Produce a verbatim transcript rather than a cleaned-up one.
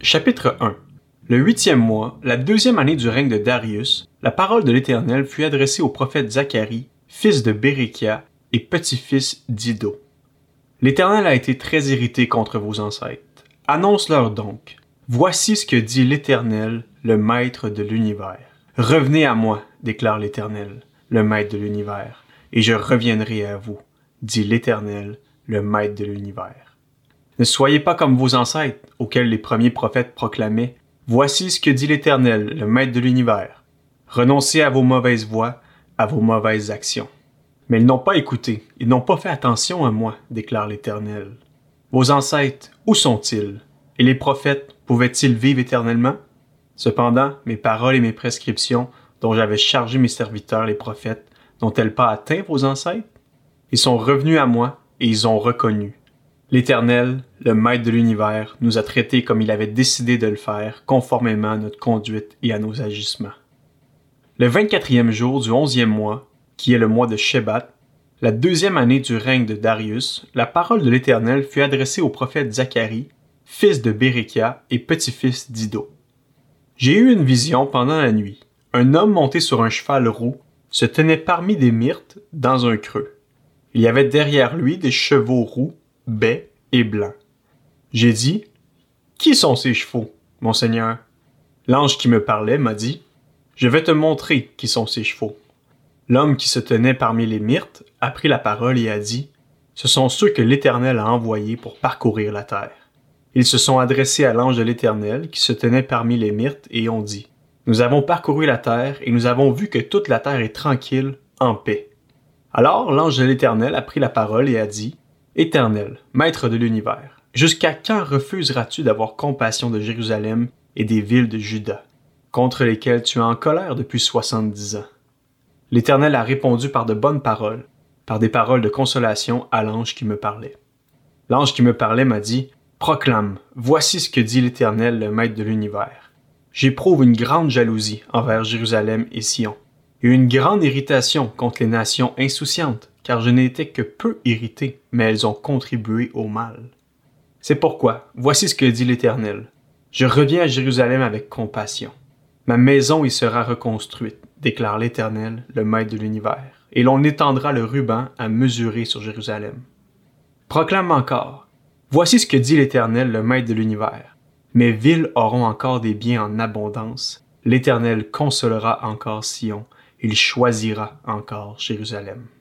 Chapitre un. Le huitième mois, la deuxième année du règne de Darius, la parole de l'Éternel fut adressée au prophète Zacharie, fils de Bérékia et petit-fils d'Iddo. L'Éternel a été très irrité contre vos ancêtres. Annonce-leur donc, voici ce que dit l'Éternel, le Maître de l'univers. Revenez à moi, déclare l'Éternel, le Maître de l'univers, et je reviendrai à vous, dit l'Éternel, le Maître de l'univers. Ne soyez pas comme vos ancêtres, auxquels les premiers prophètes proclamaient « Voici ce que dit l'Éternel, le Maître de l'univers. Renoncez à vos mauvaises voies, à vos mauvaises actions. » Mais ils n'ont pas écouté, ils n'ont pas fait attention à moi, déclare l'Éternel. Vos ancêtres, où sont-ils? Et les prophètes, pouvaient-ils vivre éternellement? Cependant, mes paroles et mes prescriptions, dont j'avais chargé mes serviteurs les prophètes, n'ont-elles pas atteint vos ancêtres? Ils sont revenus à moi et ils ont reconnu. L'Éternel, le Maître de l'univers, nous a traités comme il avait décidé de le faire, conformément à notre conduite et à nos agissements. Le vingt-quatrième jour du onzième mois, qui est le mois de Shebat, la deuxième année du règne de Darius, la parole de l'Éternel fut adressée au prophète Zacharie, fils de Bérékia et petit-fils d'Iddo. J'ai eu une vision pendant la nuit. Un homme monté sur un cheval roux se tenait parmi des myrtes dans un creux. Il y avait derrière lui des chevaux roux, bais et blancs. J'ai dit, « Qui sont ces chevaux, mon Seigneur? » L'ange qui me parlait m'a dit, « Je vais te montrer qui sont ces chevaux. » L'homme qui se tenait parmi les myrtes a pris la parole et a dit, « Ce sont ceux que l'Éternel a envoyés pour parcourir la terre. » Ils se sont adressés à l'ange de l'Éternel qui se tenait parmi les myrtes et ont dit, « Nous avons parcouru la terre et nous avons vu que toute la terre est tranquille, en paix. » Alors l'ange de l'Éternel a pris la parole et a dit, « Éternel, Maître de l'univers, jusqu'à quand refuseras-tu d'avoir compassion de Jérusalem et des villes de Juda, contre lesquelles tu es en colère depuis soixante-dix ans? » L'Éternel a répondu par de bonnes paroles, par des paroles de consolation à l'ange qui me parlait. L'ange qui me parlait m'a dit, « Proclame, voici ce que dit l'Éternel, le Maître de l'univers. J'éprouve une grande jalousie envers Jérusalem et Sion, et une grande irritation contre les nations insouciantes, car je n'ai été que peu irrité, mais elles ont contribué au mal. C'est pourquoi, voici ce que dit l'Éternel. Je reviens à Jérusalem avec compassion. Ma maison y sera reconstruite, déclare l'Éternel, le Maître de l'univers, et l'on étendra le ruban à mesurer sur Jérusalem. Proclame encore, voici ce que dit l'Éternel, le Maître de l'univers. Mes villes auront encore des biens en abondance, l'Éternel consolera encore Sion, il choisira encore Jérusalem.